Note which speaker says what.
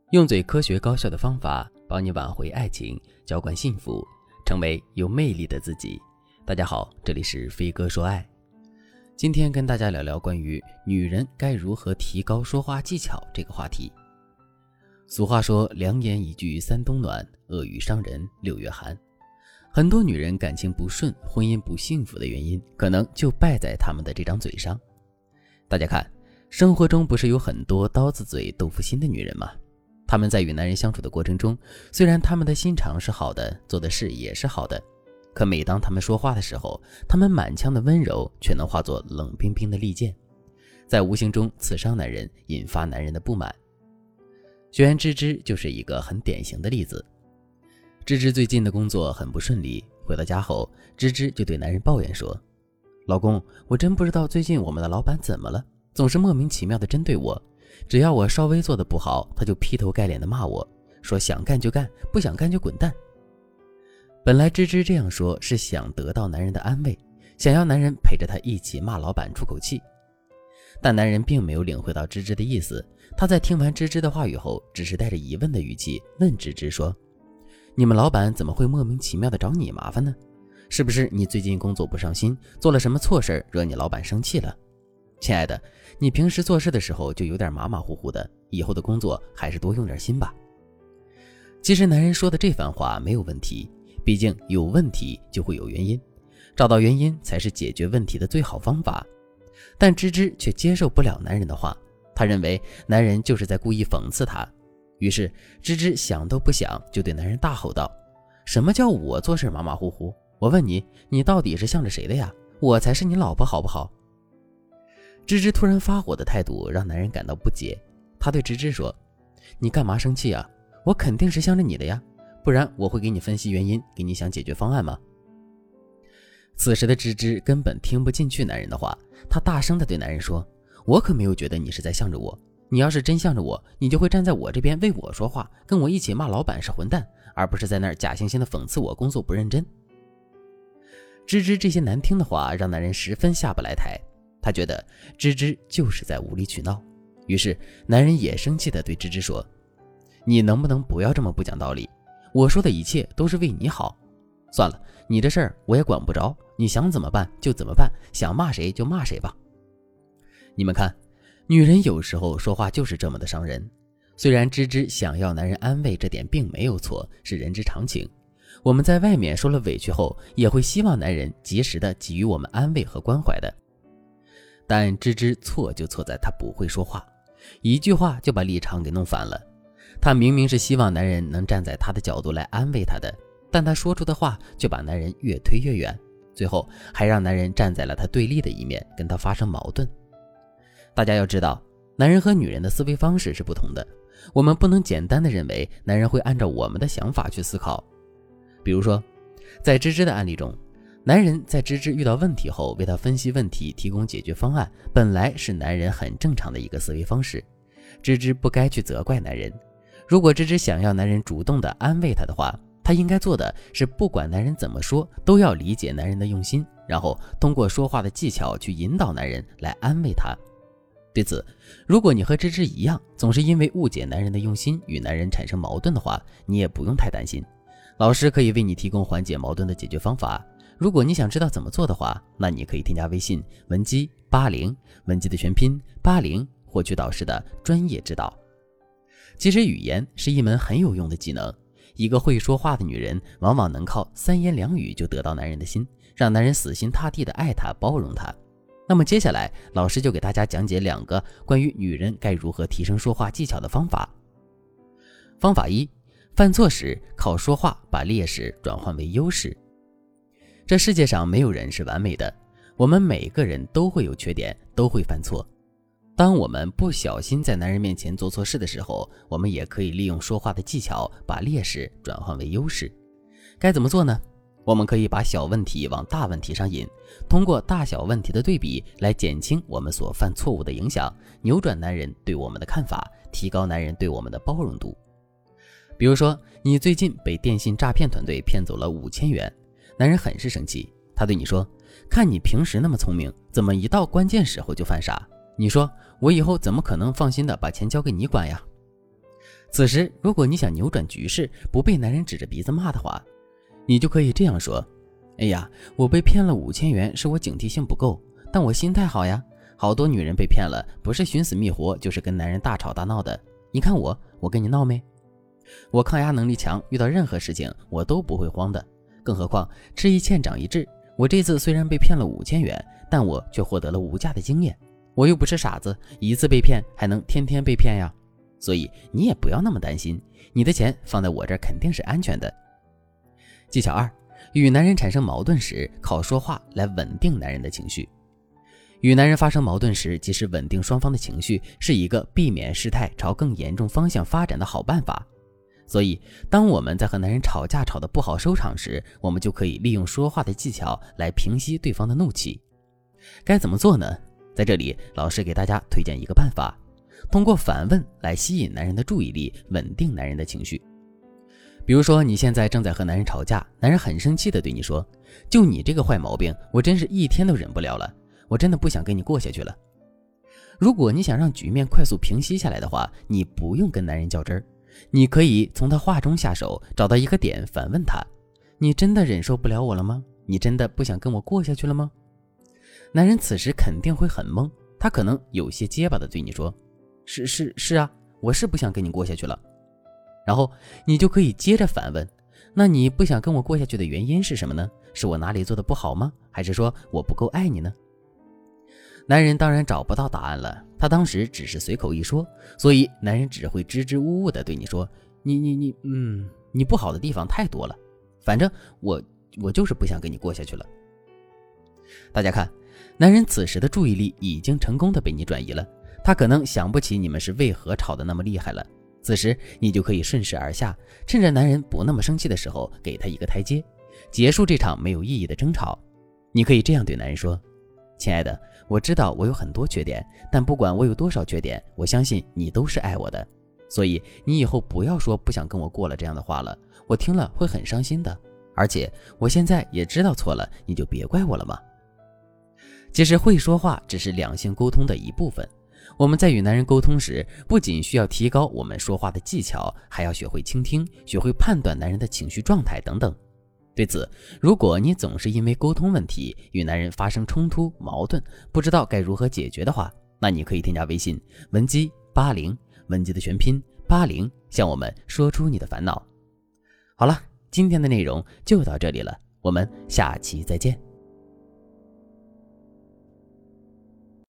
Speaker 1: 用嘴科学高效的方法帮你挽回爱情，浇灌幸福，成为有魅力的自己。大家好，这里是飞哥说爱。今天跟大家聊聊关于女人该如何提高说话技巧这个话题。俗话说，良言一句三冬暖，恶语伤人六月寒。很多女人感情不顺，婚姻不幸福的原因，可能就败在她们的这张嘴上。大家看，生活中不是有很多刀子嘴豆腐心的女人吗？她们在与男人相处的过程中，虽然她们的心肠是好的，做的事也是好的，可每当她们说话的时候，她们满腔的温柔却能化作冷冰冰的利剑，在无形中刺伤男人，引发男人的不满。学员芝芝就是一个很典型的例子。芝芝最近的工作很不顺利，回到家后，芝芝就对男人抱怨说，老公，我真不知道最近我们的老板怎么了，总是莫名其妙的针对我，只要我稍微做的不好，他就劈头盖脸的骂我，说想干就干，不想干就滚蛋。本来芝芝这样说是想得到男人的安慰，想要男人陪着他一起骂老板出口气，但男人并没有领会到芝芝的意思。他在听完芝芝的话语后，只是带着疑问的语气问芝芝说，你们老板怎么会莫名其妙的找你麻烦呢？是不是你最近工作不上心，做了什么错事惹你老板生气了？亲爱的，你平时做事的时候就有点马马虎虎的，以后的工作还是多用点心吧。其实男人说的这番话没有问题，毕竟有问题就会有原因，找到原因才是解决问题的最好方法。但芝芝却接受不了男人的话，她认为男人就是在故意讽刺她。于是芝芝想都不想就对男人大吼道，什么叫我做事马马虎虎？我问你，你到底是向着谁的呀？我才是你老婆好不好？芝芝突然发火的态度让男人感到不解，他对芝芝说，你干嘛生气啊？我肯定是向着你的呀，不然我会给你分析原因，给你想解决方案吗？此时的芝芝根本听不进去男人的话，她大声地对男人说，我可没有觉得你是在向着我，你要是真向着我，你就会站在我这边为我说话，跟我一起骂老板是混蛋，而不是在那儿假惺惺地讽刺我工作不认真。芝芝这些难听的话让男人十分下不来台，他觉得芝芝就是在无理取闹，于是男人也生气地对芝芝说，你能不能不要这么不讲道理？我说的一切都是为你好，算了，你这事儿我也管不着，你想怎么办就怎么办，想骂谁就骂谁吧。你们看，女人有时候说话就是这么的伤人。虽然芝芝想要男人安慰，这点并没有错，是人之常情。我们在外面受了委屈后，也会希望男人及时的给予我们安慰和关怀的。但芝芝错就错在她不会说话，一句话就把立场给弄反了。她明明是希望男人能站在她的角度来安慰她的，但她说出的话却把男人越推越远，最后还让男人站在了她对立的一面，跟她发生矛盾。大家要知道，男人和女人的思维方式是不同的，我们不能简单的认为男人会按照我们的想法去思考。比如说，在芝芝的案例中，男人在芝芝遇到问题后为她分析问题，提供解决方案，本来是男人很正常的一个思维方式。芝芝不该去责怪男人，如果芝芝想要男人主动的安慰她的话，她应该做的是不管男人怎么说，都要理解男人的用心，然后通过说话的技巧去引导男人来安慰他。对此，如果你和芝芝一样，总是因为误解男人的用心与男人产生矛盾的话，你也不用太担心，老师可以为你提供缓解矛盾的解决方法。如果你想知道怎么做的话，那你可以添加微信文姬80，文姬的全拼80，获取导师的专业指导。其实语言是一门很有用的技能，一个会说话的女人往往能靠三言两语就得到男人的心，让男人死心塌地的爱她包容她。那么接下来老师就给大家讲解2个关于女人该如何提升说话技巧的方法。方法1，犯错时靠说话把劣势转换为优势。这世界上没有人是完美的，我们每个人都会有缺点，都会犯错。当我们不小心在男人面前做错事的时候，我们也可以利用说话的技巧把劣势转换为优势。该怎么做呢？我们可以把小问题往大问题上引，通过大小问题的对比来减轻我们所犯错误的影响，扭转男人对我们的看法，提高男人对我们的包容度。比如说，你最近被电信诈骗团队骗走了5000元，男人很是生气，他对你说，看你平时那么聪明，怎么一到关键时候就犯傻？你说我以后怎么可能放心的把钱交给你管呀？ 此时如果你想扭转局势，不被男人指着鼻子骂的话，你就可以这样说：哎呀，我被骗了5000元，是我警惕性不够，但我心态好呀。好多女人被骗了，不是寻死觅活，就是跟男人大吵大闹的。你看我跟你闹没？我抗压能力强，遇到任何事情我都不会慌的。更何况吃一堑长一智，我这次虽然被骗了5000元，但我却获得了无价的经验。我又不是傻子，一次被骗还能天天被骗呀。所以你也不要那么担心，你的钱放在我这儿肯定是安全的。技巧2，与男人产生矛盾时，靠说话来稳定男人的情绪。与男人发生矛盾时，及时稳定双方的情绪，是一个避免事态朝更严重方向发展的好办法。所以当我们在和男人吵架吵得不好收场时，我们就可以利用说话的技巧来平息对方的怒气。该怎么做呢？在这里老师给大家推荐一个办法，通过反问来吸引男人的注意力，稳定男人的情绪。比如说你现在正在和男人吵架，男人很生气地对你说：就你这个坏毛病，我真是一天都忍不了了，我真的不想跟你过下去了。如果你想让局面快速平息下来的话，你不用跟男人较真儿，你可以从他话中下手，找到一个点反问他：你真的忍受不了我了吗？你真的不想跟我过下去了吗？男人此时肯定会很懵，他可能有些结巴地对你说：是啊，我是不想跟你过下去了。然后你就可以接着反问：那你不想跟我过下去的原因是什么呢？是我哪里做的不好吗？还是说我不够爱你呢？男人当然找不到答案了，他当时只是随口一说，所以男人只会支支吾吾地对你说：你不好的地方太多了，反正我就是不想跟你过下去了。大家看，男人此时的注意力已经成功地被你转移了，他可能想不起你们是为何吵得那么厉害了。此时你就可以顺势而下，趁着男人不那么生气的时候，给他一个台阶，结束这场没有意义的争吵。你可以这样对男人说：亲爱的，我知道我有很多缺点，但不管我有多少缺点，我相信你都是爱我的，所以你以后不要说不想跟我过了这样的话了，我听了会很伤心的，而且我现在也知道错了，你就别怪我了嘛。其实会说话只是两性沟通的一部分，我们在与男人沟通时，不仅需要提高我们说话的技巧，还要学会倾听，学会判断男人的情绪状态等等。对此，如果你总是因为沟通问题与男人发生冲突矛盾，不知道该如何解决的话，那你可以添加微信文姬80，文姬的全拼80，向我们说出你的烦恼。好了，今天的内容就到这里了，我们下期再见。